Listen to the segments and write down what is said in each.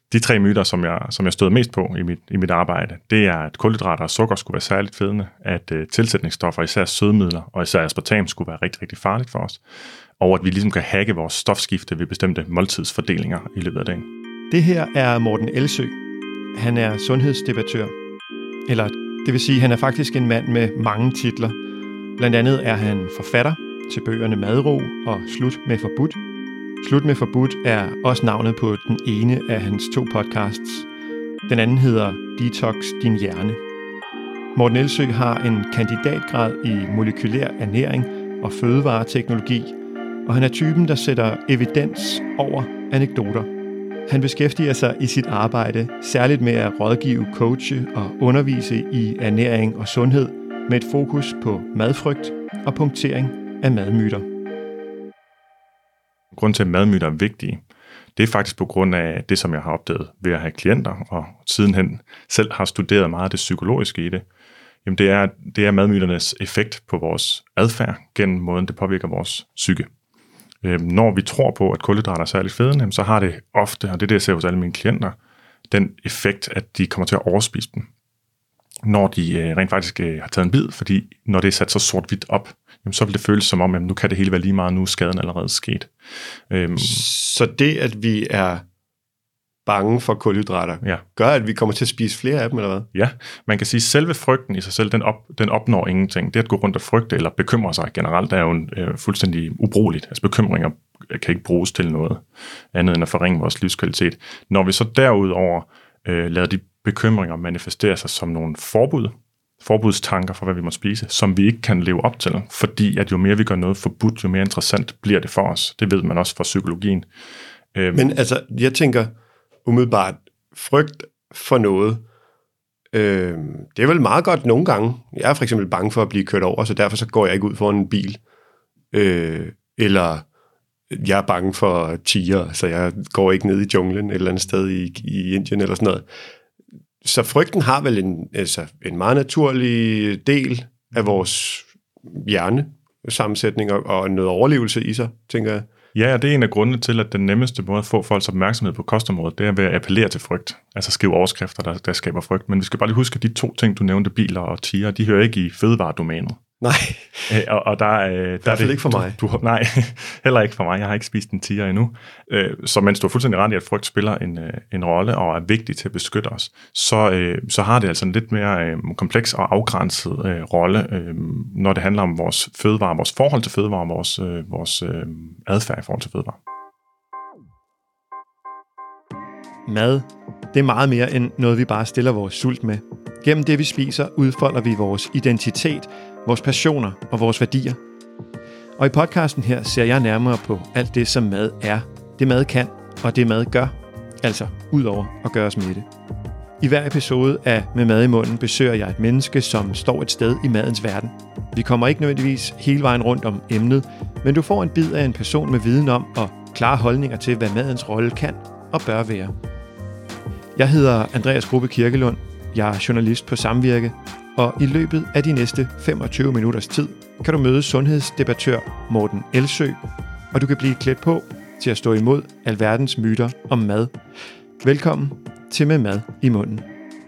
De 3 myter, som jeg støder mest på i mit arbejde, det er, at kulhydrater og sukker skulle være særligt fedende, at tilsætningsstoffer, især sødemidler og især aspartam, skulle være rigtig, rigtig farligt for os, og at vi ligesom kan hacke vores stofskifte ved bestemte måltidsfordelinger i løbet af dagen. Det her er Morten Elsøe. Han er sundhedsdebattør. Eller det vil sige, at han er faktisk en mand med mange titler. Blandt andet er han forfatter til bøgerne Madro og Slut med forbudt. Slut med forbudt er også navnet på den ene af hans 2 podcasts. Den anden hedder Detox din hjerne. Morten Elsøe har en kandidatgrad i molekylær ernæring og fødevareteknologi, og han er typen, der sætter evidens over anekdoter. Han beskæftiger sig i sit arbejde særligt med at rådgive, coache og undervise i ernæring og sundhed med et fokus på madfrygt og punktering af madmyter. Grunden til, at madmyter er vigtige, det er faktisk på grund af det, som jeg har opdaget ved at have klienter, og sidenhen selv har studeret meget af det psykologiske i det. Jamen det er madmyternes effekt på vores adfærd gennem måden, det påvirker vores psyke. Når vi tror på, at kulhydrater er særligt fedende, så har det ofte, og det er det, jeg ser hos alle mine klienter, den effekt, at de kommer til at overspise dem, når de rent faktisk har taget en bid, fordi når det er sat så sort-hvidt op, så vil det føles som om, at nu kan det hele være lige meget, nu er skaden allerede sket. Så det, at vi er bange for kulhydrater, gør, at vi kommer til at spise flere af dem, eller hvad? Ja, man kan sige, at selve frygten i sig selv, den opnår ingenting. Det at gå rundt og frygte eller bekymre sig generelt, er jo fuldstændig ubrugeligt. Altså bekymringer kan ikke bruges til noget andet end at forringe vores livskvalitet. Når vi så derudover lader de bekymringer manifestere sig som nogle forbudstanker for, hvad vi må spise, som vi ikke kan leve op til, fordi at jo mere vi gør noget forbudt, jo mere interessant bliver det for os. Det ved man også fra psykologien. Men altså, jeg tænker umiddelbart, frygt for noget, det er vel meget godt nogle gange. Jeg er for eksempel bange for at blive kørt over, så derfor så går jeg ikke ud foran en bil. Eller jeg er bange for tiger, så jeg går ikke ned i junglen et eller andet sted i Indien eller sådan noget. Så frygten har vel en meget naturlig del af vores hjernesammensætning og noget overlevelse i sig, tænker jeg. Ja, det er en af grundene til, at den nemmeste måde at få folks opmærksomhed på kostområdet, det er ved at appellere til frygt. Altså skrive overskrifter, der skaber frygt. Men vi skal bare lige huske, at de 2 ting, du nævnte, biler og tiger, de hører ikke i fødevaredomænet. Nej, og der er det ikke for mig. Nej, heller ikke for mig. Jeg har ikke spist en tiger endnu. Så mens du er fuldstændig ret i, at frygt spiller en rolle og er vigtig til at beskytte os, så har det altså en lidt mere kompleks og afgrænset rolle, når det handler om vores fødevare, vores forhold til fødevare og vores adfærd i forhold til fødevare. Mad, det er meget mere end noget, vi bare stiller vores sult med. Gennem det, vi spiser, udfolder vi vores identitet, vores passioner og vores værdier. Og i podcasten her ser jeg nærmere på alt det, som mad er, det mad kan og det mad gør, altså ud over at gøre os mætte. I hver episode af Med mad i munden besøger jeg et menneske, som står et sted i madens verden. Vi kommer ikke nødvendigvis hele vejen rundt om emnet, men du får en bid af en person med viden om og klare holdninger til, hvad madens rolle kan og bør være. Jeg hedder Andreas Grubbe Kirkelund. Jeg er journalist på Samvirke, og i løbet af de næste 25 minutters tid kan du møde sundhedsdebattør Morten Elsøe, og du kan blive klædt på til at stå imod alverdens myter om mad. Velkommen til Med mad i munden.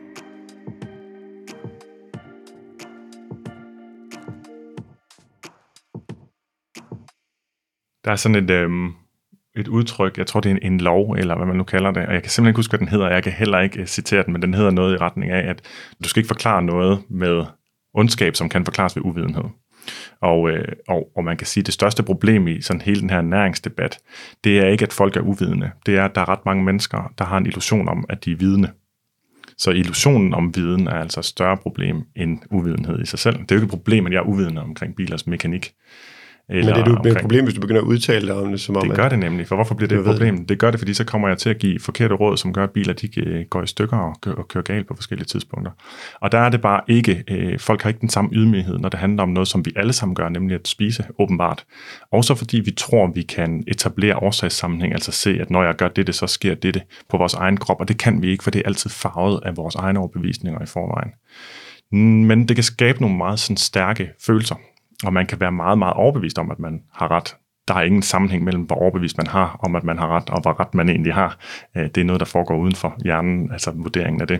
Der er sådan et udtryk, jeg tror det er en lov, eller hvad man nu kalder det, og jeg kan simpelthen ikke huske, hvad den hedder, jeg kan heller ikke citere den, men den hedder noget i retning af, at du skal ikke forklare noget med ondskab, som kan forklares ved uvidenhed. Og man kan sige, at det største problem i sådan hele den her næringsdebat, det er ikke, at folk er uvidende. Det er, at der er ret mange mennesker, der har en illusion om, at de er vidende. Så illusionen om viden er altså et større problem end uvidenhed i sig selv. Det er jo ikke et problem, at jeg er uvidende omkring bilers mekanik. Men det er et problem, hvis du begynder at udtale dig om det, som om... Det gør det nemlig, for hvorfor bliver det et problem? Det gør det, fordi så kommer jeg til at give forkerte råd, som gør, at biler de går i stykker og kører galt på forskellige tidspunkter. Og der er det bare ikke... Folk har ikke den samme ydmyghed, når det handler om noget, som vi alle sammen gør, nemlig at spise, åbenbart. Også fordi vi tror, vi kan etablere årsagssammenhæng, altså se, at når jeg gør dette, så sker dette på vores egen krop, og det kan vi ikke, for det er altid farvet af vores egne overbevisninger i forvejen. Men det kan skabe nogle meget sådan stærke følelser, og man kan være meget, meget overbevist om, at man har ret. der er ingen sammenhæng mellem, hvor overbevist man har om, at man har ret, og hvor ret man egentlig har. Det er noget, der foregår uden for hjernen, altså vurderingen af det.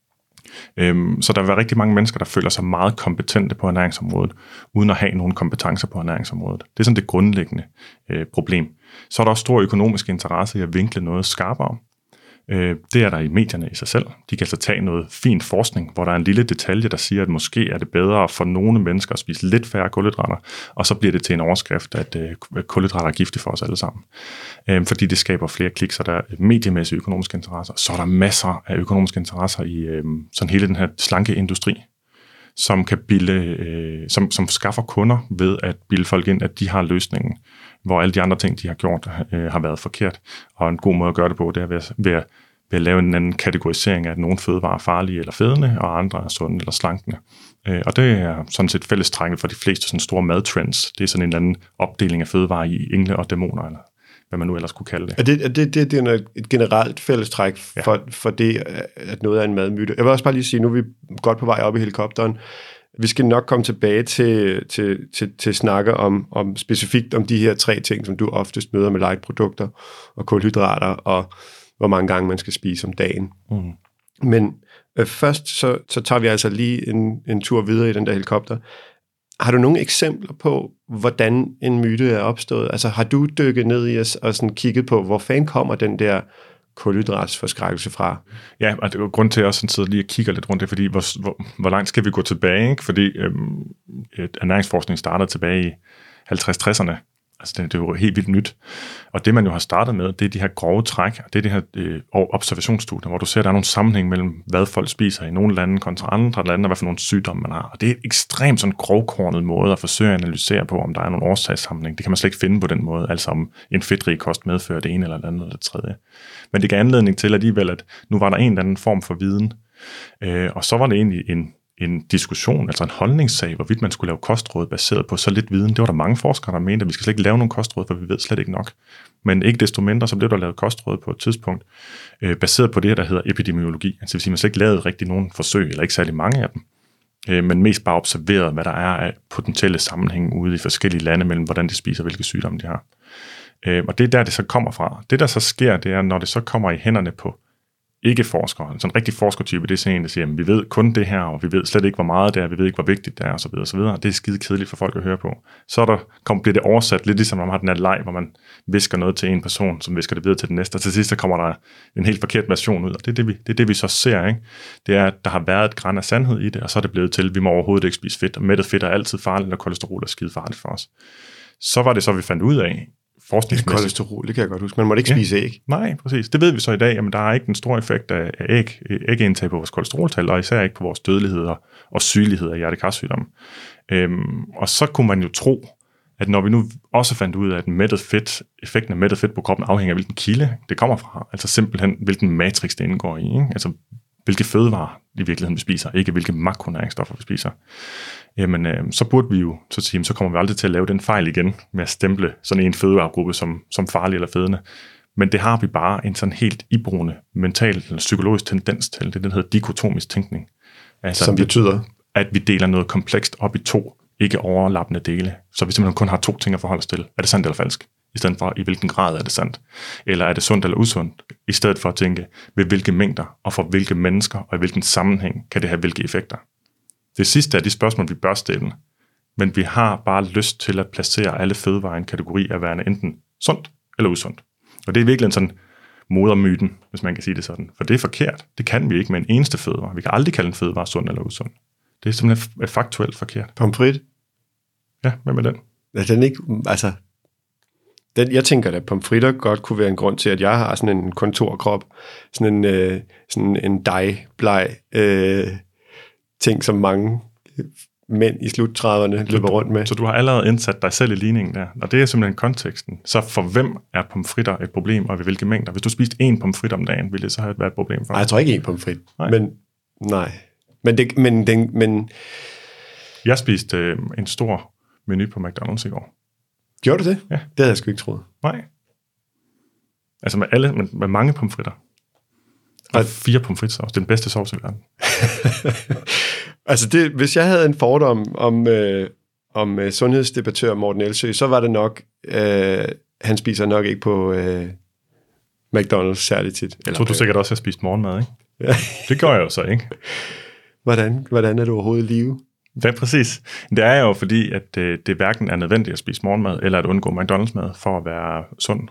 Så der vil være rigtig mange mennesker, der føler sig meget kompetente på ernæringsområdet, uden at have nogen kompetencer på ernæringsområdet. Det er sådan det grundlæggende problem. Så er der også stor økonomisk interesse i at vinkle noget skarpere. Det er der i medierne i sig selv. De kan altså tage noget fin forskning, hvor der er en lille detalje, der siger, at måske er det bedre for nogle mennesker at spise lidt færre kulhydrater, og så bliver det til en overskrift, at kulhydrater er giftige for os alle sammen. Fordi det skaber flere kliks, så der er mediemæssige økonomiske interesser. Så er der masser af økonomiske interesser i sådan hele den her slankeindustri, som kan som skaffer kunder ved at bilde folk ind, at de har løsningen, hvor alle de andre ting, de har gjort, har været forkert. Og en god måde at gøre det på, det er ved at lave en anden kategorisering af, at nogle fødevarer er farlige eller fedende, og andre er sunde eller slankende. Og det er sådan set fællestrækket for de fleste sådan store madtrends. Det er sådan en eller anden opdeling af fødevarer i engle og dæmoner, eller hvad man nu ellers kunne kalde det. Det er et generelt fællestræk for det, at noget er en madmyte. Jeg vil også bare lige sige, nu er vi godt på vej op i helikopteren. Vi skal nok komme tilbage til snakke om specifikt om de her 3 ting, som du oftest møder med light-produkter og kulhydrater, og hvor mange gange man skal spise om dagen. Mm. Men først så tager vi altså lige en tur videre i den der helikopter. Har du nogle eksempler på, hvordan en myte er opstået? Altså har du dykket ned i og sådan kigget på, hvor fanden kommer den der kulhydratsforskrækkelse fra? Ja, og det er grund til, at jeg også sidder lige og kigger lidt rundt det, fordi hvor langt skal vi gå tilbage? Ikke? Fordi ernæringsforskning startede tilbage i 50-60'erne. Altså det er jo helt vildt nyt. Og det, man jo har startet med, det er de her grove træk, og det er det her observationsstudier, hvor du ser, at der er nogle sammenhæng mellem, hvad folk spiser i nogle lande kontra andre lande, og hvad for nogle sygdomme man har. Og det er et ekstremt sådan grovkornet måde at forsøge at analysere på, om der er nogle årsagssammenhæng. Det kan man slet ikke finde på den måde, altså om en fedtrig kost medfører det ene eller det andet eller det tredje. Men det gav anledning til alligevel, at nu var der en eller anden form for viden. Og så var det egentlig en diskussion, altså en holdningssag, hvorvidt man skulle lave kostråd baseret på så lidt viden. Det var der mange forskere, der mente, at vi skal slet ikke lave nogen kostråd, for vi ved slet ikke nok. Men ikke desto mindre, så blev der lavet kostråd på et tidspunkt, baseret på det, der hedder epidemiologi. Altså det vil sige, man slet ikke lavede rigtig nogen forsøg, eller ikke særlig mange af dem, men mest bare observeret, hvad der er af potentielle sammenhæng ude i forskellige lande mellem, hvordan de spiser, hvilke sygdomme de har. Og det er der, det så kommer fra. Det, der så sker, det er, når det så kommer i hænderne på ikke-forskere, sådan en rigtig forskertype, det er sådan en, der siger, at vi ved kun det her, og vi ved slet ikke, hvor meget det er, vi ved ikke, hvor vigtigt det er, osv. osv. Det er skide kedeligt for folk at høre på. Så bliver det oversat lidt ligesom, når man har den her leg, hvor man visker noget til en person, som visker det videre til den næste, og til sidst så kommer der en helt forkert version ud, og det er det, vi så ser, ikke? Det er, at der har været et gran af sandhed i det, og så er det blevet til, at vi må overhovedet ikke spise fedt, og mættet fedt er altid farligt, og kolesterol er skide farligt for os. Så var det så, vi fandt ud af, forskningsmæssigt. Kolesterol, det kan jeg godt huske. Man måtte ikke spise æg. Nej, præcis. Det ved vi så i dag. Jamen, der er ikke en stor effekt af ægindtag på vores kolesteroltal, og især ikke på vores dødelighed og sygelighed af hjertekarsygdomme. Og så kunne man jo tro, at når vi nu også fandt ud af, at effekten af mættet fedt på kroppen afhænger af, hvilken kilde det kommer fra. Altså simpelthen, hvilken matrix det indgår i. Ikke? Altså, hvilke fødevarer i virkeligheden vi spiser, ikke hvilke makronæringsstoffer vi spiser. Jamen, så burde vi jo så sige, så kommer vi aldrig til at lave den fejl igen med at stemple sådan en fødevaregruppe som farlig eller fedende. Men det har vi bare en sådan helt iboende mental eller psykologisk tendens til. Det hedder dikotomisk tænkning. Altså, som betyder? At vi deler noget komplekst op i 2 ikke overlappende dele. Så vi simpelthen kun har 2 ting at forholde os til. Er det sandt eller falsk? I stedet for, i hvilken grad er det sandt? Eller er det sundt eller usundt? I stedet for at tænke, ved hvilke mængder og for hvilke mennesker og i hvilken sammenhæng kan det have hvilke effekter? Det sidste er de spørgsmål, vi bør stille. Men vi har bare lyst til at placere alle fødevarer i en kategori af værende enten sundt eller usundt. Og det er virkelig en sådan modermyten, hvis man kan sige det sådan. For det er forkert. Det kan vi ikke med en eneste fødevare. Vi kan aldrig kalde en fødevare sund eller usund. Det er simpelthen faktuelt forkert. Pomfrit? Ja, hvem er den? Er den ikke, altså... Jeg tænker, at pomfritter godt kunne være en grund til, at jeg har sådan en kontorkrop, sådan en dejbleg ting, som mange mænd i slut-30'erne løber rundt med. Så du har allerede indsat dig selv i ligningen der, og det er simpelthen konteksten. Så for hvem er pomfritter et problem, og ved hvilke mængder? Hvis du spiste 1 pomfrit om dagen, ville det så have været et problem for dig? Nej, jeg tror ikke 1 pomfrit. Men jeg spiste en stor menu på McDonald's i går. Gjorde du det? Ja. Det havde jeg sgu ikke troet. Nej. Altså med mange pomfritter. Og 4 pomfritsauce. Det er den bedste sovs i verden. Altså hvis jeg havde en fordom om sundhedsdebattør Morten Elsø, så var det nok, han spiser nok ikke på McDonald's særligt tit. Jeg tror du sikkert også har spist morgenmad, ikke? Ja. Det gør jeg jo så, ikke? Hvordan er du overhovedet i live? Ja, præcis. Det er jo fordi, at det hverken er nødvendigt at spise morgenmad, eller at undgå McDonald's-mad for at være sund.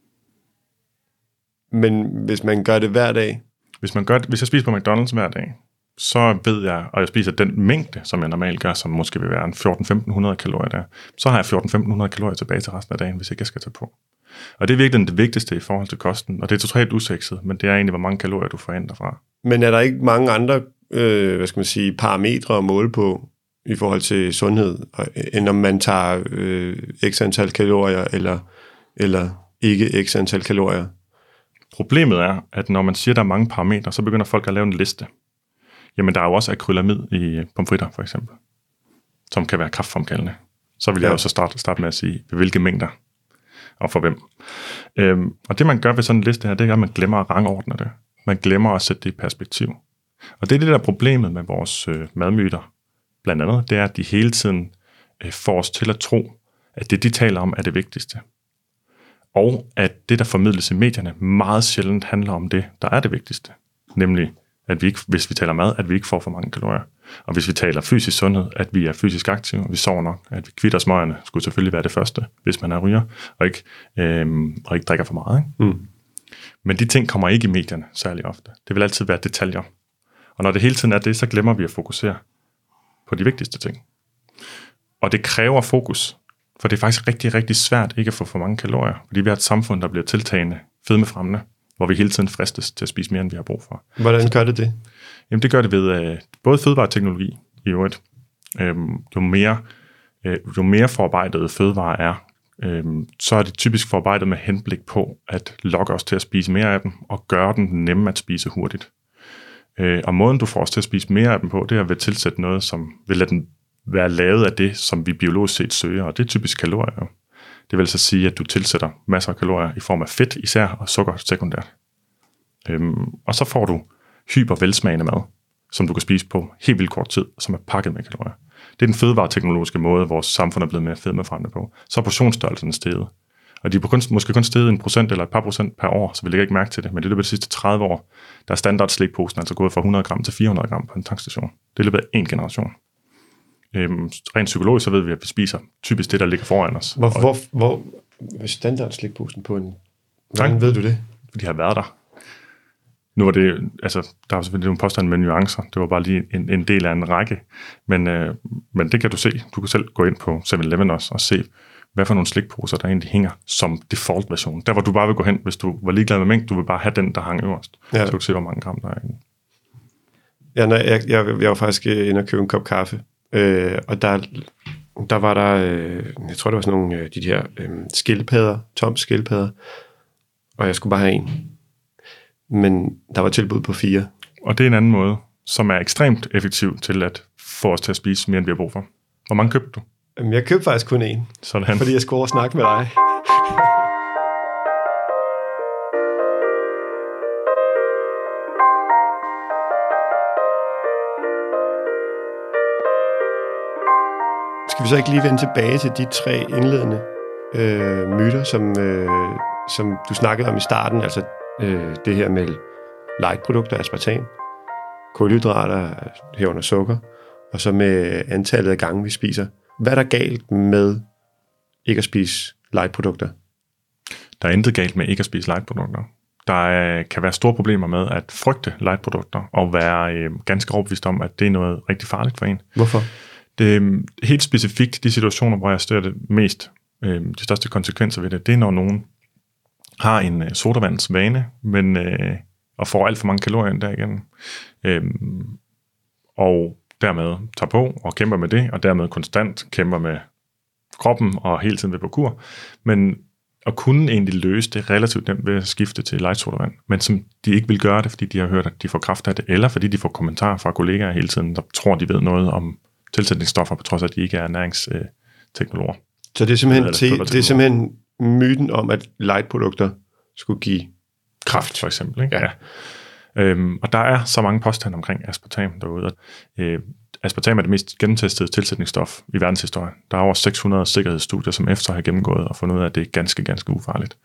Men hvis man gør det hver dag? Hvis jeg spiser på McDonald's hver dag, så ved jeg, og jeg spiser den mængde, som jeg normalt gør, som måske vil være en 1400-1500 kalorier der, så har jeg 1400-1500 kalorier tilbage til resten af dagen, hvis ikke jeg skal tage på. Og det er virkelig det vigtigste i forhold til kosten, og det er totalt usekset, men det er egentlig, hvor mange kalorier du får ind derfra. Men er der ikke mange andre parametre at måle på i forhold til sundhed, end om man tager x antal kalorier, eller ikke x antal kalorier? Problemet er, at når man siger, at der er mange parametre, så begynder folk at lave en liste. Jamen, der er jo også akrylamid i pomfritter, for eksempel, som kan være kræftfremkaldende. Så vil jeg jo så starte med at sige, hvilke mængder og for hvem. Og det, man gør ved sådan en liste her, det er, at man glemmer at rangordne det. Man glemmer at sætte det i perspektiv. Og det er det, der er problemet med vores madmyter, blandt andet, det er, at de hele tiden får os til at tro, at det, de taler om, er det vigtigste. Og at det, der formidles i medierne, meget sjældent handler om det, der er det vigtigste. Nemlig, at vi ikke, hvis vi taler mad, at vi ikke får for mange kalorier. Og hvis vi taler fysisk sundhed, at vi er fysisk aktive, og vi sover nok, at vi kvitter smøgerne, skulle selvfølgelig være det første, hvis man er ryger, og ikke drikker for meget. Ikke? Mm. Men de ting kommer ikke i medierne særlig ofte. Det vil altid være detaljer. Og når det hele tiden er det, så glemmer vi at fokusere på de vigtigste ting. Og det kræver fokus, for det er faktisk rigtig, rigtig svært ikke at få for mange kalorier, fordi vi har et samfund, der bliver tiltagende fedmefremmende, hvor vi hele tiden fristes til at spise mere, end vi har brug for. Hvordan gør det det? Jamen det gør det ved både fødevareteknologi i øvrigt. Jo mere forarbejdet fødevarer er, så er det typisk forarbejdet med henblik på at lokke os til at spise mere af dem, og gøre dem nemme at spise hurtigt. Og måden du får os til at spise mere af dem på, det er ved at tilsætte noget, som vil lade den være lavet af det, som vi biologisk set søger, og det er typisk kalorier. Det vil så sige, at du tilsætter masser af kalorier i form af fedt især, og sukker sekundært. Og så får du hypervelsmagende mad, som du kan spise på helt vildt kort tid, som er pakket med kalorier. Det er den fødevareteknologiske måde, vores samfund er blevet mere fedmefremmende på. Så er portionsstørrelsen steget. Og de er måske kun steget 1% eller et par procent per år, så vi lægger ikke mærke til det. Men det er løbet de sidste 30 år, der er standardslikposen altså gået fra 100 gram til 400 gram på en tankstation. Det er løbet af en generation. Rent psykologisk, så ved vi, at vi spiser typisk det, der ligger foran os. Hvor standardslikposen på en... Hvordan ved du det? De har været der. Nu var det, altså, der var selvfølgelig nogle påstande med nuancer. Det var bare lige en del af en række. Men det kan du se. Du kan selv gå ind på 7-Eleven også og se, hvad for nogle slikposer, der egentlig hænger som default-version. Der, hvor du bare vil gå hen, hvis du var ligeglad med mængde, du vil bare have den, der hang øverst. Ja. Så du kan se, hvor mange gram der er inde. Ja, jeg var faktisk inde og købe en kop kaffe. Og der var der, jeg tror det var sådan nogle de her skildpadder, Toms skildpadder, og jeg skulle bare have en. Men der var tilbud på 4. Og det er en anden måde, som er ekstremt effektiv til at få os til at spise mere, end vi har brug for. Hvor mange købte du? Jeg købte faktisk kun en, sådan. Fordi jeg skulle over snakke med dig. Skal vi så ikke lige vende tilbage til de 3 indledende myter, som du snakkede om i starten, altså det her med lightprodukter, aspartam, kulhydrater, herunder sukker, og så med antallet af gange, vi spiser. Hvad er der galt med ikke at spise lightprodukter? Der er intet galt med ikke at spise lightprodukter. Der kan være store problemer med at frygte lightprodukter og være ganske overbevist om, at det er noget rigtig farligt for en. Hvorfor? Det er helt specifikt de situationer, hvor jeg støder det mest, de største konsekvenser ved det, det er, når nogen har en sodavandsvane, men og får alt for mange kalorier en dag igen, og dermed tager på og kæmper med det, og dermed konstant kæmper med kroppen og hele tiden vil på kur, men at kunne egentlig løse det relativt nemt ved at skifte til light sodavand, men som de ikke vil gøre det, fordi de har hørt, at de får kraft af det, eller fordi de får kommentarer fra kollegaer hele tiden, der tror, de ved noget om tilsætningsstoffer, på trods af, at de ikke er ernæringsteknologer. Så det er simpelthen myten om, at lightprodukter skulle give kraft, for eksempel. Ikke? Ja. Og der er så mange påstande omkring aspartam derude. aspartam er det mest gennemtestede tilsætningsstof i verdenshistorien. Der er over 600 sikkerhedsstudier, som EFSA har gennemgået og fundet ud af, at det er ganske, ganske ufarligt.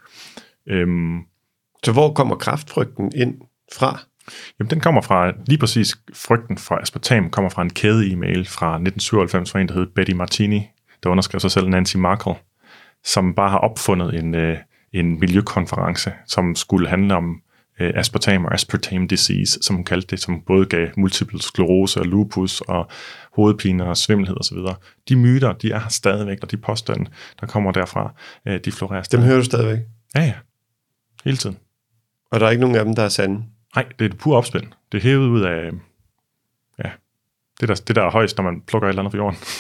Så hvor kommer kræftfrygten ind fra? Jamen, den kommer fra, lige præcis frygten for aspartam, kommer fra en kæde-e-mail fra 1997 fra en, der hed Betty Martini, der underskrev sig selv Nancy Markle, som bare har opfundet en miljøkonference, som skulle handle om aspartam og aspartame disease, som hun kaldte det, som både gav multiple sklerose og lupus og hovedpine og svimmelhed osv. De myter, de er her stadigvæk, og de påstande, der kommer derfra, de florerer stadig. Dem hører du stadigvæk? Ja. Hele tiden. Og der er ikke nogen af dem, der er sande? Nej, det er et pur opspind. Det er hævet ud af, det der er højst, når man plukker et eller andet fra jorden.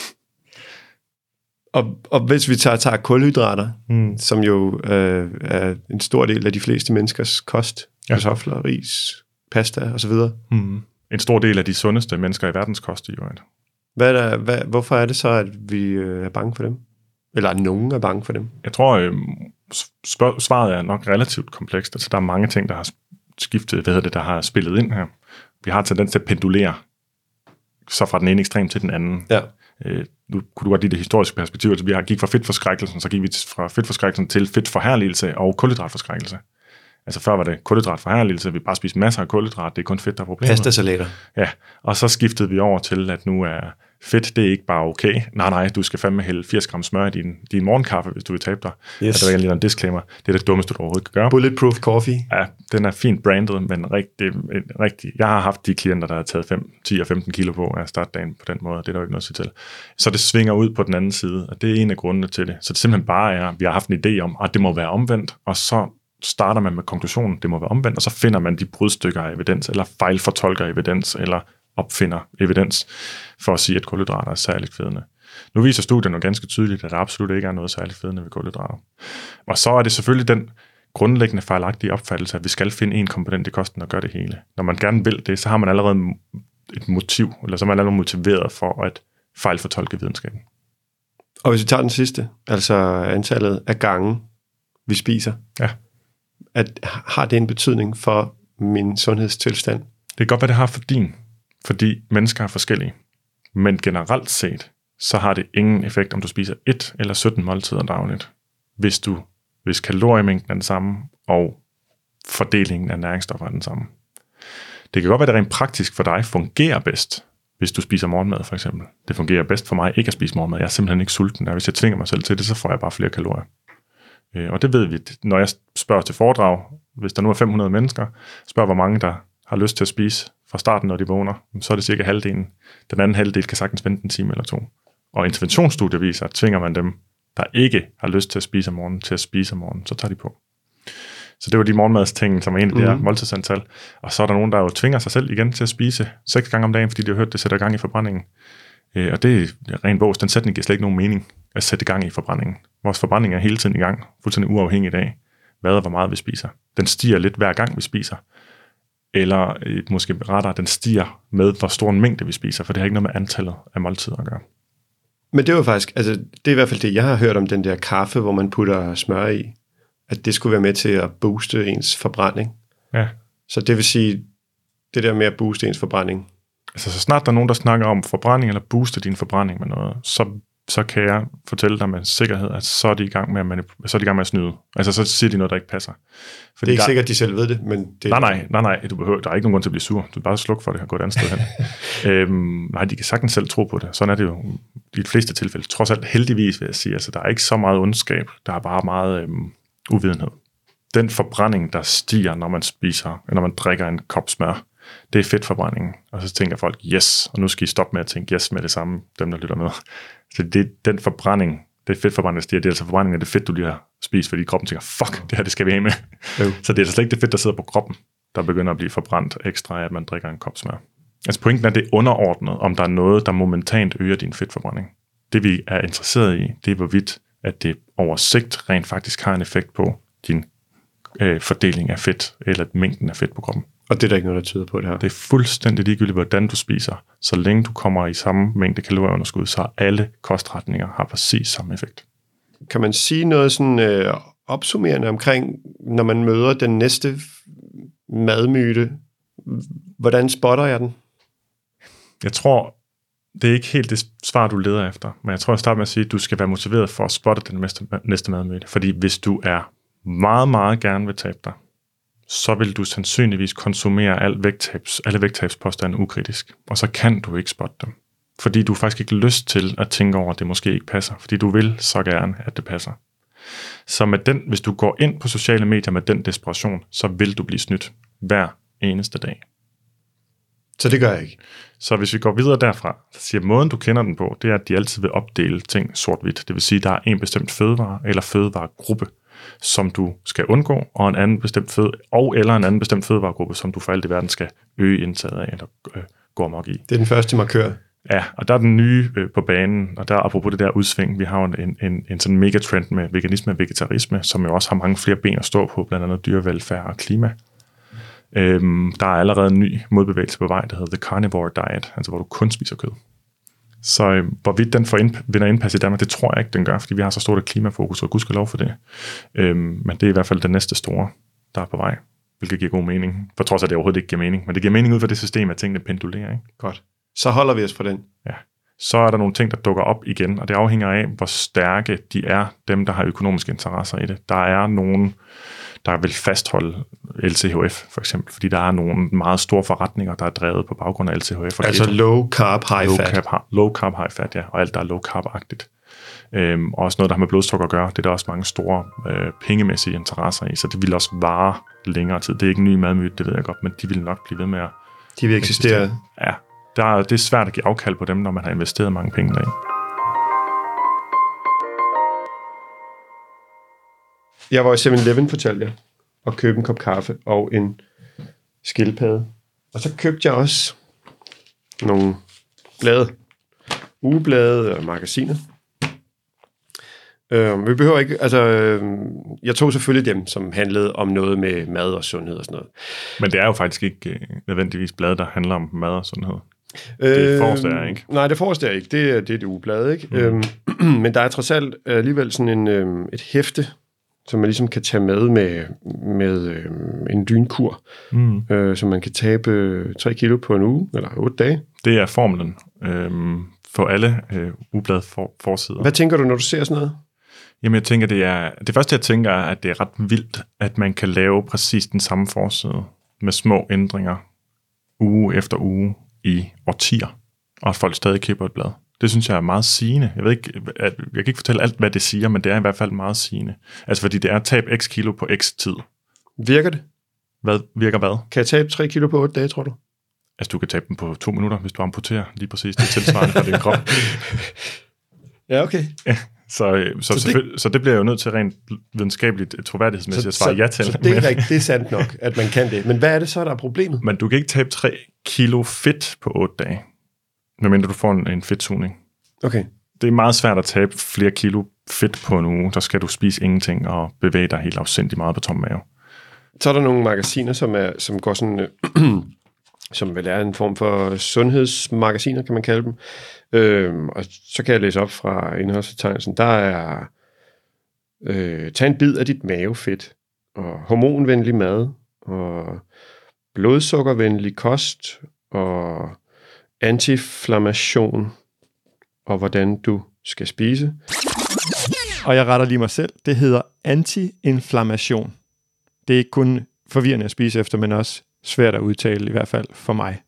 Og hvis vi tager kulhydrater, som jo er en stor del af de fleste menneskers kost, kartofler, ris, pasta osv. En stor del af de sundeste mennesker i verdens kost i øvrigt. Hvorfor er det så, at vi er bange for dem? Eller at nogen er bange for dem? Jeg tror, svaret er nok relativt komplekst. Altså, der er mange ting, der har skiftet, der har spillet ind her. Vi har tendens til at pendulere så fra den ene ekstrem til den anden. Ja. Nu kunne du godt lide det historiske perspektiv, altså vi gik fra fedtforskrækkelsen, så gik vi fra fedtforskrækkelsen til fedtforherligelse og kulhydratforskrækkelse. Altså før var det kulhydratforherligelse, vi bare spiste masser af kulhydrat, det er kun fedt, der er problemet. Pastasalater. Ja, og så skiftede vi over til, at nu er fedt, det er ikke bare okay. Nej, du skal fandme hælde 80 gram smør i din morgenkaffe, hvis du vil tabe dig. Yes. Altså, der er lige en disclaimer. Det er det dummeste, du overhovedet kan gøre. Bulletproof coffee. Ja, den er fint brandet, men rigtig. Jeg har haft de klienter, der har taget 5, 10 og 15 kilo på af startdagen på den måde. Det er der jo ikke noget at sige til. Så det svinger ud på den anden side, og det er en af grundene til det. Så det simpelthen bare er, vi har haft en idé om, at det må være omvendt, og så starter man med konklusionen, det må være omvendt, og så finder man de brudstykker af evidens, eller fejlfortolker evidens, eller opfinder evidens for at sige, at kulhydrater er særligt fedende. Nu viser studierne jo ganske tydeligt, at der absolut ikke er noget særligt fedende ved kulhydrater. Og så er det selvfølgelig den grundlæggende fejlagtige opfattelse, at vi skal finde en komponent i kosten, der gør det hele. Når man gerne vil det, så har man allerede et motiv, eller så er man allerede motiveret for at fejlfortolke videnskaben. Og hvis vi tager den sidste, altså antallet af gange, vi spiser, har det en betydning for min sundhedstilstand? Det kan godt være, det har for din, fordi mennesker er forskellige. Men generelt set, så har det ingen effekt, om du spiser 1 eller 17 måltider dagligt, hvis kaloriemængden er den samme, og fordelingen af næringsstoffer er den samme. Det kan godt være, at det rent praktisk for dig fungerer bedst, hvis du spiser morgenmad for eksempel. Det fungerer bedst for mig ikke at spise morgenmad. Jeg er simpelthen ikke sulten, og hvis jeg tvinger mig selv til det, så får jeg bare flere kalorier. Og det ved vi, når jeg spørger til foredrag, hvis der nu er 500 mennesker, spørger hvor mange, der har lyst til at spise fra starten, når de vågner, så er det cirka halvdelen. Den anden halvdel kan sagtens vente en time eller 2. Og interventionsstudier viser, at tvinger man dem, der ikke har lyst til at spise om morgenen, til at spise om morgenen, så tager de på. Så det var de morgenmadsting, som er en af de her måltidsantal. Og så er der nogen, der jo tvinger sig selv igen til at spise 6 gange om dagen, fordi de har hørt, det sætter gang i forbrændingen. Og det er ren vås. Den sætning giver slet ikke nogen mening at sætte gang i forbrændingen. Vores forbrænding er hele tiden i gang, fuldstændig uafhængig af, hvad og hvor meget vi spiser. Den stiger lidt hver gang vi spiser. Eller måske rettere, den stiger med, hvor stor en mængde vi spiser, for det har ikke noget med antallet af måltider at gøre. Men det var faktisk, altså det er i hvert fald det, jeg har hørt om den der kaffe, hvor man putter smør i, at det skulle være med til at booste ens forbrænding. Ja. Så det vil sige, det der med at booste ens forbrænding. Altså så snart der er nogen, der snakker om forbrænding, eller booste din forbrænding med noget, så kan jeg fortælle dig med sikkerhed, at så er de i gang med at snyde. Altså så siger de noget, der ikke passer. Fordi det er ikke sikkert, at de selv ved det, men det... Nej, du behøver, der er ikke nogen grund til at blive sur. Du bare slukke for det og gå et andet sted hen. Nej, de kan sagtens selv tro på det. Sådan er det jo i de fleste tilfælde. Trods alt heldigvis vil jeg sige, altså der er ikke så meget ondskab. Der er bare meget uvidenhed. Den forbrænding, der stiger, når man drikker en kop smør, det er fedtforbrændingen. Og så tænker folk, yes, og nu skal I stoppe med at tænke yes med det samme, dem der lytter med. Så det er den forbrænding, det er fedtforbrænding, der stiger, det er altså forbrænding af det fedt, du lige har spist, fordi kroppen tænker, fuck, det her, det skal vi have med. Så det er altså slet ikke det fedt, der sidder på kroppen, der begynder at blive forbrændt ekstra af, at man drikker en kop smør. Altså pointen er, det er underordnet, om der er noget, der momentant øger din fedtforbrænding. Det vi er interesseret i, det er hvorvidt, at det over sigt rent faktisk har en effekt på din fordeling af fedt, eller mængden af fedt på kroppen. Og det er der ikke noget, der tyder på det her. Det er fuldstændig ligegyldigt, hvordan du spiser. Så længe du kommer i samme mængde kalorieunderskud, så alle kostretninger har præcis samme effekt. Kan man sige noget sådan opsummerende omkring, når man møder den næste madmyte? Hvordan spotter jeg den? Jeg tror, Det er ikke helt det svar, du leder efter, men jeg tror, jeg starter med at sige, at du skal være motiveret for at spotte den næste madmængde. Fordi hvis du er meget, meget gerne vil tabe dig, så vil du sandsynligvis konsumere alle vægttabspåstande ukritisk, og så kan du ikke spotte dem. Fordi du faktisk ikke har lyst til at tænke over, at det måske ikke passer, fordi du vil så gerne, at det passer. Så hvis du går ind på sociale medier med den desperation, så vil du blive snydt hver eneste dag. Så det gør jeg ikke. Så hvis vi går videre derfra, så siger måden, du kender den på, det er, at de altid vil opdele ting sort-hvidt. Det vil sige, at der er en bestemt fødevare eller fødevaregruppe, som du skal undgå, og en anden bestemt fødevaregruppe, som du for alt i verden skal øge indtaget af eller gå amok i. Det er den første markør. Ja, og der er den nye på banen, og der apropos det der udsving, vi har en sådan megatrend med veganisme og vegetarisme, som jo også har mange flere ben at stå på, blandt andet dyrevelfærd og klima. Der er allerede en ny modbevægelse på vej, der hedder The Carnivore Diet, altså hvor du kun spiser kød. Så hvorvidt den vinder indpas i Danmark, det tror jeg ikke, den gør, fordi vi har så stort et klimafokus, og gudskelov for det. Men det er i hvert fald den næste store, der er på vej, hvilket giver god mening. For trods af, at det overhovedet ikke giver mening, men det giver mening ud fra det system, at tingene pendulerer. Ikke? Godt. Så holder vi os for den. Ja. Så er der nogle ting, der dukker op igen, og det afhænger af, hvor stærke de er, dem, der har økonomiske interesser i det. Der er nogen, der vil fastholde LCHF, for eksempel, fordi der er nogle meget store forretninger, der er drevet på baggrund af LCHF. Altså low carb, high fat. Low carb, high fat, ja, og alt, der er low carb-agtigt. Også noget, der har med blodsukker at gøre, det er der også mange store pengemæssige interesser i, så det vil også vare længere tid. Det er ikke en ny madmyte, det ved jeg godt, men de vil nok blive ved med at... De vil eksistere. Ja, det er svært at give afkald på dem, når man har investeret mange penge deri. Jeg var i 7-Eleven, fortalte jeg, og købte en kop kaffe og en skildpadde. Og så købte jeg også nogle blade, ugeblade og magasiner. Vi behøver ikke, jeg tog selvfølgelig dem, som handlede om noget med mad og sundhed og sådan noget. Men det er jo faktisk ikke nødvendigvis blade, der handler om mad og sundhed. Det forreste er ikke. Nej, det forreste er ikke. Det er det ugeblade, ikke? Men der er trods alt alligevel sådan et hæfte, som man ligesom kan tage med en lynkur, så man kan tabe 3 kilo på en uge, eller 8 dage. Det er formlen for alle ugeblade forsider. Hvad tænker du, når du ser sådan noget? Jamen, jeg tænker, det første, jeg tænker, er, at det er ret vildt, at man kan lave præcis den samme forside med små ændringer uge efter uge i årtier, og at folk stadig køber et blad. Det synes jeg er meget sigende. Jeg kan ikke fortælle alt, hvad det siger, men det er i hvert fald meget sigende. Altså, fordi det er tab x kilo på x tid. Virker det? Virker hvad? Kan jeg tabe 3 kilo på 8 dage, tror du? Altså, du kan tabe dem på 2 minutter, hvis du amputerer lige præcis det tilsvarende for din krop. Ja, okay. Ja. Så det bliver jo nødt til rent videnskabeligt troværdighedsmæssigt at svare ja til. Så det er rigtigt, det er sandt nok, at man kan det. Men hvad er det så, der er problemet? Men du kan ikke tabe 3 kilo fedt på 8 dage, medmindre du får en fedtsugning. Okay. Det er meget svært at tabe flere kilo fedt på en uge. Der skal du spise ingenting og bevæge dig helt afsindigt meget på tom mave. Så er der nogle magasiner, som går sådan... som vel er en form for sundhedsmagasiner, kan man kalde dem. Og så kan jeg læse op fra indholdsfortegnelsen. Der er tag en bid af dit mavefedt, og hormonvenlig mad, og blodsukkervenlig kost, og antiinflammation, og hvordan du skal spise. Og jeg retter lige mig selv. Det hedder antiinflammation. Det er ikke kun forvirrende at spise efter, men også svært at udtale, i hvert fald for mig.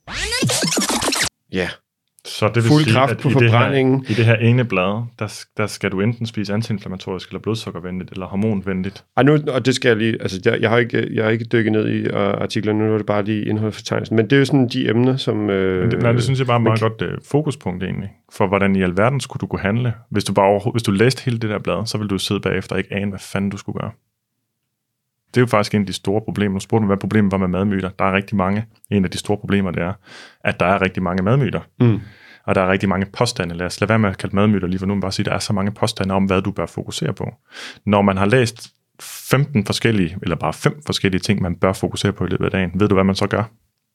Ja. Så det vil fuld sige, kraft at på forbrændingen. I det her ene blad, der skal du enten spise antiinflammatorisk, eller blodsukkervenligt, eller hormonvenligt. Og det skal jeg lige, altså jeg har ikke dykket ned i artiklerne, nu er det bare lige indholdsfortegnelsen, men det er jo sådan de emner, som... det synes jeg bare er meget godt fokuspunkt egentlig, for hvordan i alverden skulle du kunne handle. Hvis du læste hele det der blad, så ville du sidde bagefter og ikke ane, hvad fanden du skulle gøre. Det er jo faktisk en af de store problemer. Nu spurgte du, hvad problemet var med madmyter. Der er rigtig mange. En af de store problemer, det er, at der er rigtig mange madmyter. Og der er rigtig mange påstande. Lad os lade være med at kalde madmyter lige for nu, men bare sige, at der er så mange påstande om, hvad du bør fokusere på. Når man har læst 15 forskellige, eller bare 5 forskellige ting, man bør fokusere på i løbet af dagen, ved du, hvad man så gør?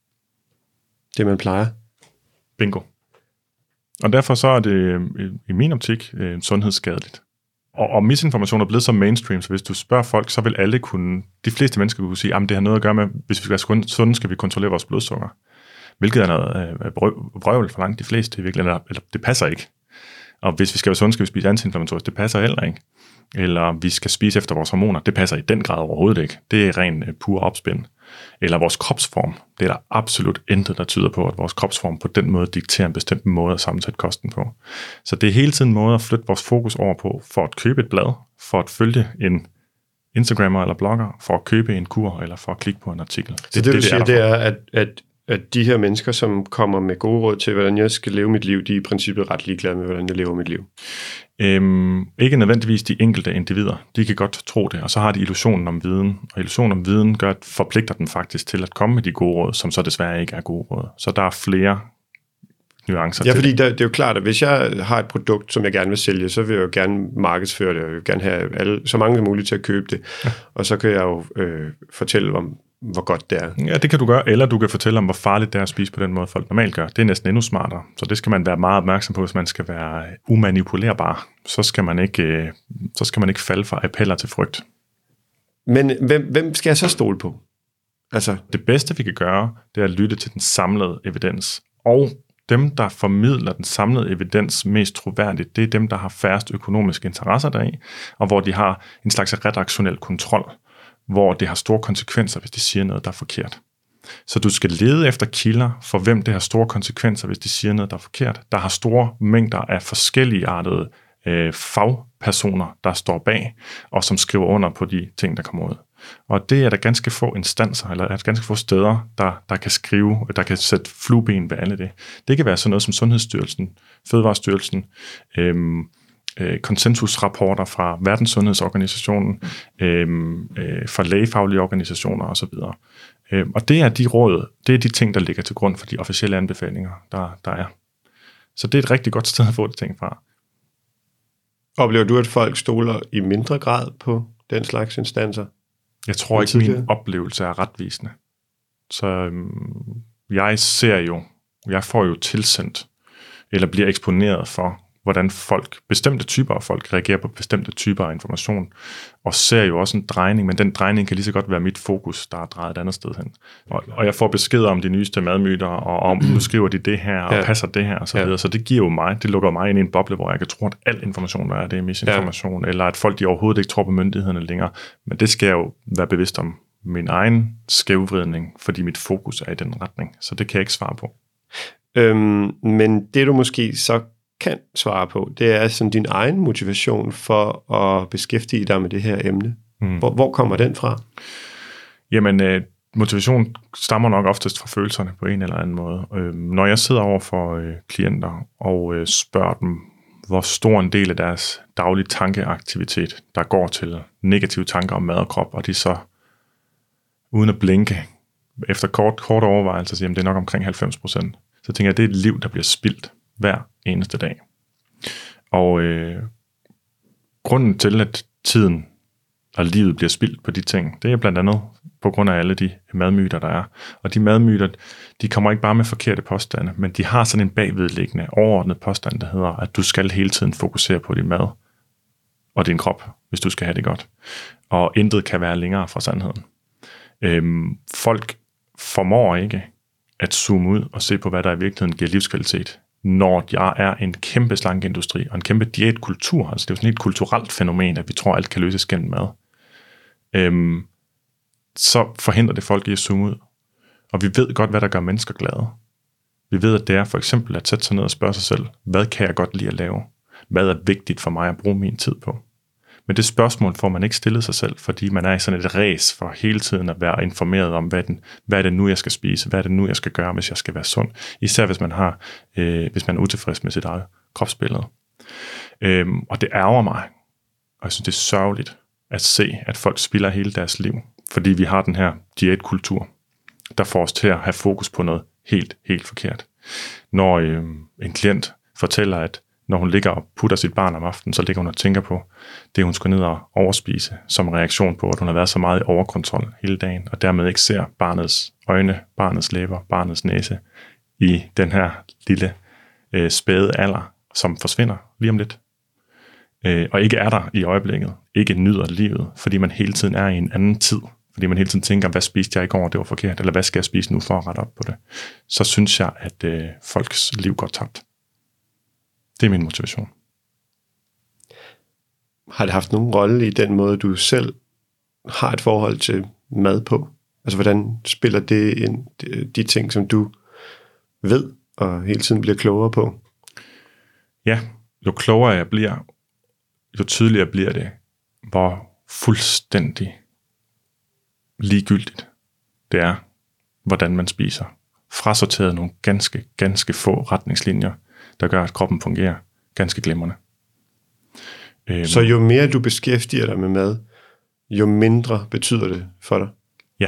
Det, man plejer. Bingo. Og derfor så er det i min optik sundhedsskadeligt. Og misinformation er blevet så mainstream, så hvis du spørger folk, så vil alle kunne, de fleste mennesker kunne sige, at det har noget at gøre med, hvis vi skal være sunde, skal vi kontrollere vores blodsukker. hvilket er noget vrøvl for langt de fleste i virkeligheden, eller det passer ikke. Og hvis vi skal være sunde, skal vi spise antiinflammatorisk, det passer heller ikke. Eller vi skal spise efter vores hormoner, det passer i den grad overhovedet ikke. Det er ren pur opspind. Eller vores kropsform, det er der absolut intet, der tyder på, at vores kropsform på den måde dikterer en bestemt måde at sammensætte kosten på. Så det er hele tiden en måde at flytte vores fokus over på, for at købe et blad, for at følge en Instagrammer eller blogger, for at købe en kur, eller for at klikke på en artikel. Så det du siger, det er, at de her mennesker, som kommer med gode råd til, hvordan jeg skal leve mit liv, de er i princippet ret ligeglade med, hvordan jeg lever mit liv. Ikke nødvendigvis de enkelte individer. De kan godt tro det, og så har de illusionen om viden. Og illusionen om viden forpligter den faktisk til at komme med de gode råd, som så desværre ikke er gode råd. Så der er flere nuancer til. Ja, fordi det er jo klart, at hvis jeg har et produkt, som jeg gerne vil sælge, så vil jeg jo gerne markedsføre det, og jeg vil gerne have så mange som muligt til at købe det. Ja. Og så kan jeg jo fortælle om, hvor godt det er. Ja, det kan du gøre, eller du kan fortælle om, hvor farligt det er at spise på den måde, folk normalt gør. Det er næsten endnu smartere. Så det skal man være meget opmærksom på, hvis man skal være umanipulerbar. Så skal man ikke falde fra appeller til frygt. Men hvem skal jeg så stole på? Altså, det bedste, vi kan gøre, det er at lytte til den samlede evidens. Og dem, der formidler den samlede evidens mest troværdigt, det er dem, der har færrest økonomiske interesser deri, og hvor de har en slags redaktionel kontrol, hvor det har store konsekvenser, hvis de siger noget, der er forkert. Så du skal lede efter kilder, for hvem det har store konsekvenser, hvis de siger noget, der er forkert. Der har store mængder af forskelligartede fagpersoner, der står bag, og som skriver under på de ting, der kommer ud. Og det er der ganske få instanser, eller ganske få steder, der kan skrive, der kan sætte flueben ved alle det. Det kan være sådan noget som Sundhedsstyrelsen, Fødevarestyrelsen, konsensusrapporter fra Verdenssundhedsorganisationen, fra lægefaglige organisationer osv. Og det er de råd, det er de ting, der ligger til grund for de officielle anbefalinger, der er. Så det er et rigtig godt sted at få det ting fra. Oplever du, at folk stoler i mindre grad på den slags instanser? Jeg tror ikke, min oplevelse er retvisende. Så jeg får jo tilsendt, eller bliver eksponeret for, hvordan bestemte typer af folk reagerer på bestemte typer af information, og ser jo også en drejning, men den drejning kan lige så godt være mit fokus, der er drejet et andet sted hen. Og jeg får beskeder om de nyeste madmyter, og om nu skriver de det her, og passer det her, og så videre. Så det giver jo mig, det lukker mig ind i en boble, hvor jeg kan tro, at al information, der er, det er misinformation, eller at folk de overhovedet ikke tror på myndighederne længere. Men det skal jeg jo være bevidst om min egen skævvridning, fordi mit fokus er i den retning. Så det kan jeg ikke svare på. Men det du måske så kan svare på, det er sådan din egen motivation for at beskæftige dig med det her emne. Hvor kommer den fra? Jamen, motivation stammer nok oftest fra følelserne på en eller anden måde. Når jeg sidder over for klienter og spørger dem, hvor stor en del af deres daglige tankeaktivitet, der går til negative tanker om mad og krop, og de så uden at blinke, efter kort overvejelse, siger, at det er nok omkring 90%. Så tænker jeg, det er et liv, der bliver spildt hver eneste dag. Og grunden til, at tiden og livet bliver spildt på de ting, det er blandt andet på grund af alle de madmyter, der er. Og de madmyter, de kommer ikke bare med forkerte påstande, men de har sådan en bagvedliggende, overordnet påstand, der hedder, at du skal hele tiden fokusere på din mad og din krop, hvis du skal have det godt. Og intet kan være længere fra sandheden. Folk formår ikke at zoome ud og se på, hvad der i virkeligheden giver livskvalitet, når jeg er en kæmpe slankeindustri og en kæmpe diætkultur. Altså det er jo sådan et kulturelt fænomen, at vi tror, at alt kan løses gennem mad. Så forhindrer det folk i at zoome ud. Og vi ved godt, hvad der gør mennesker glade. Vi ved, at det er for eksempel at sætte sig ned og spørge sig selv, hvad kan jeg godt lide at lave? Hvad er vigtigt for mig at bruge min tid på? Men det spørgsmål får man ikke stillet sig selv, fordi man er i sådan et ræs for hele tiden at være informeret om, hvad er det nu, jeg skal spise? Hvad er det nu, jeg skal gøre, hvis jeg skal være sund? Især hvis man er utilfreds med sit eget kropsbillede. Og det ærger mig, og jeg synes, det er sørgeligt at se, at folk spilder hele deres liv, fordi vi har den her diætkultur, der får os til at have fokus på noget helt forkert. Når en klient fortæller, at når hun ligger og putter sit barn om aftenen, så ligger hun og tænker på det, hun skal ned og overspise, som reaktion på, at hun har været så meget i overkontrol hele dagen, og dermed ikke ser barnets øjne, barnets læber, barnets næse i den her lille spæde alder, som forsvinder lige om lidt. Og ikke er der i øjeblikket, ikke nyder livet, fordi man hele tiden er i en anden tid, fordi man hele tiden tænker, hvad spiste jeg i går, det var forkert, eller hvad skal jeg spise nu for at rette op på det, så synes jeg, at folks liv går tabt. Det er min motivation. Har det haft nogen rolle i den måde, du selv har et forhold til mad på? Altså, hvordan spiller det ind, de ting, som du ved, og hele tiden bliver klogere på? Ja, jo klogere jeg bliver, jo tydeligere bliver det, hvor fuldstændig ligegyldigt det er, hvordan man spiser. Frasorteret nogle ganske få retningslinjer, der gør, at kroppen fungerer ganske glimrende. Så jo mere du beskæftiger dig med mad, jo mindre betyder det for dig? Ja.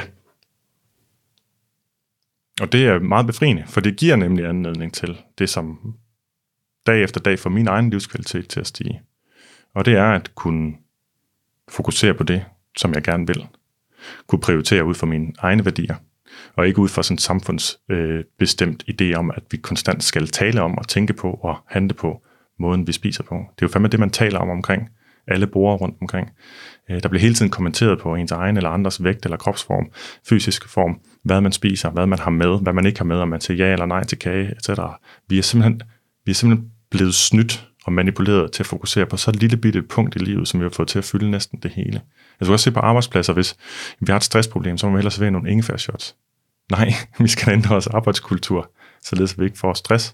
Og det er meget befriende, for det giver nemlig anledning til det, som dag efter dag får min egen livskvalitet til at stige. Og det er at kunne fokusere på det, som jeg gerne vil. Kunne prioritere ud fra mine egne værdier, og ikke ud fra sådan en samfundsbestemt idé om, at vi konstant skal tale om og tænke på og handle på måden, vi spiser på. Det er jo fandme det, man taler om omkring alle brugere rundt omkring. Der bliver hele tiden kommenteret på ens egen eller andres vægt eller kropsform, fysisk form, hvad man spiser, hvad man har med, hvad man ikke har med, om man siger ja eller nej til kage, etc. Vi er simpelthen blevet snydt og manipuleret til at fokusere på så lille bitte et punkt i livet, som vi har fået til at fylde næsten det hele. Jeg skal også se på arbejdspladser, hvis vi har et stressproblem, så må vi hellere servere nogle ingefærshots. Nej, vi skal ændre vores arbejdskultur, således vi ikke får stress.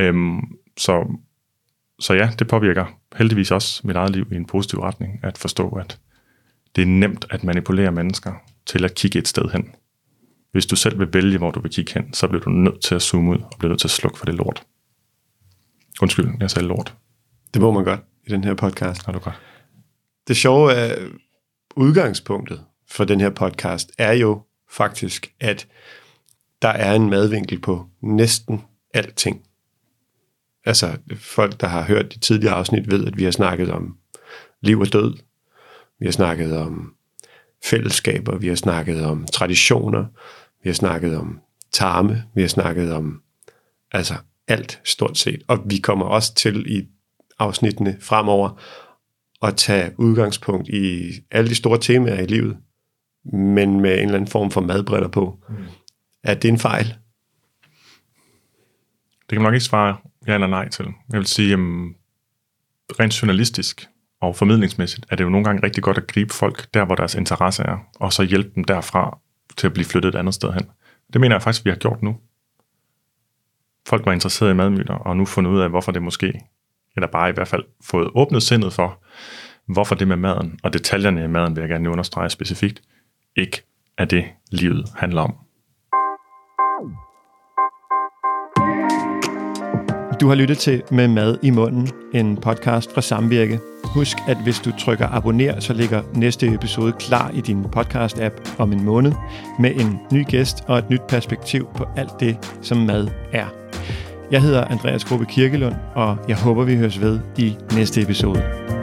Så ja, det påvirker heldigvis også mit eget liv i en positiv retning, at forstå, at det er nemt at manipulere mennesker til at kigge et sted hen. Hvis du selv vil vælge, hvor du vil kigge hen, så bliver du nødt til at zoome ud og bliver nødt til at slukke for det lort. Undskyld, jeg sagde lort. Det må man godt i den her podcast. Ja, du godt. Det sjove er, udgangspunktet for den her podcast er jo faktisk, at der er en madvinkel på næsten alting. Altså, folk, der har hørt de tidligere afsnit, ved, at vi har snakket om liv og død. Vi har snakket om fællesskaber. Vi har snakket om traditioner. Vi har snakket om tarme. Vi har snakket om alt stort set. Og vi kommer også til i afsnittene fremover at tage udgangspunkt i alle de store temaer i livet, men med en eller anden form for madbriller på. Er det en fejl? Det kan man nok ikke svare ja eller nej til. Jeg vil sige, rent journalistisk og formidlingsmæssigt er det jo nogle gange rigtig godt at gribe folk der, hvor deres interesse er, og så hjælpe dem derfra til at blive flyttet et andet sted hen. Det mener jeg faktisk, vi har gjort nu. Folk var interesserede i madmyter, og nu fundet ud af, hvorfor det måske, eller bare i hvert fald fået åbnet sindet for, hvorfor det med maden, og detaljerne i maden vil jeg gerne understrege specifikt, ikke er det, livet handler om. Du har lyttet til Med Mad i Munden, en podcast fra Samvirke. Husk, at hvis du trykker abonner, så ligger næste episode klar i din podcast-app om en måned, med en ny gæst og et nyt perspektiv på alt det, som mad er. Jeg hedder Andreas Grubbe Kirkelund, og jeg håber, vi høres ved i næste episode.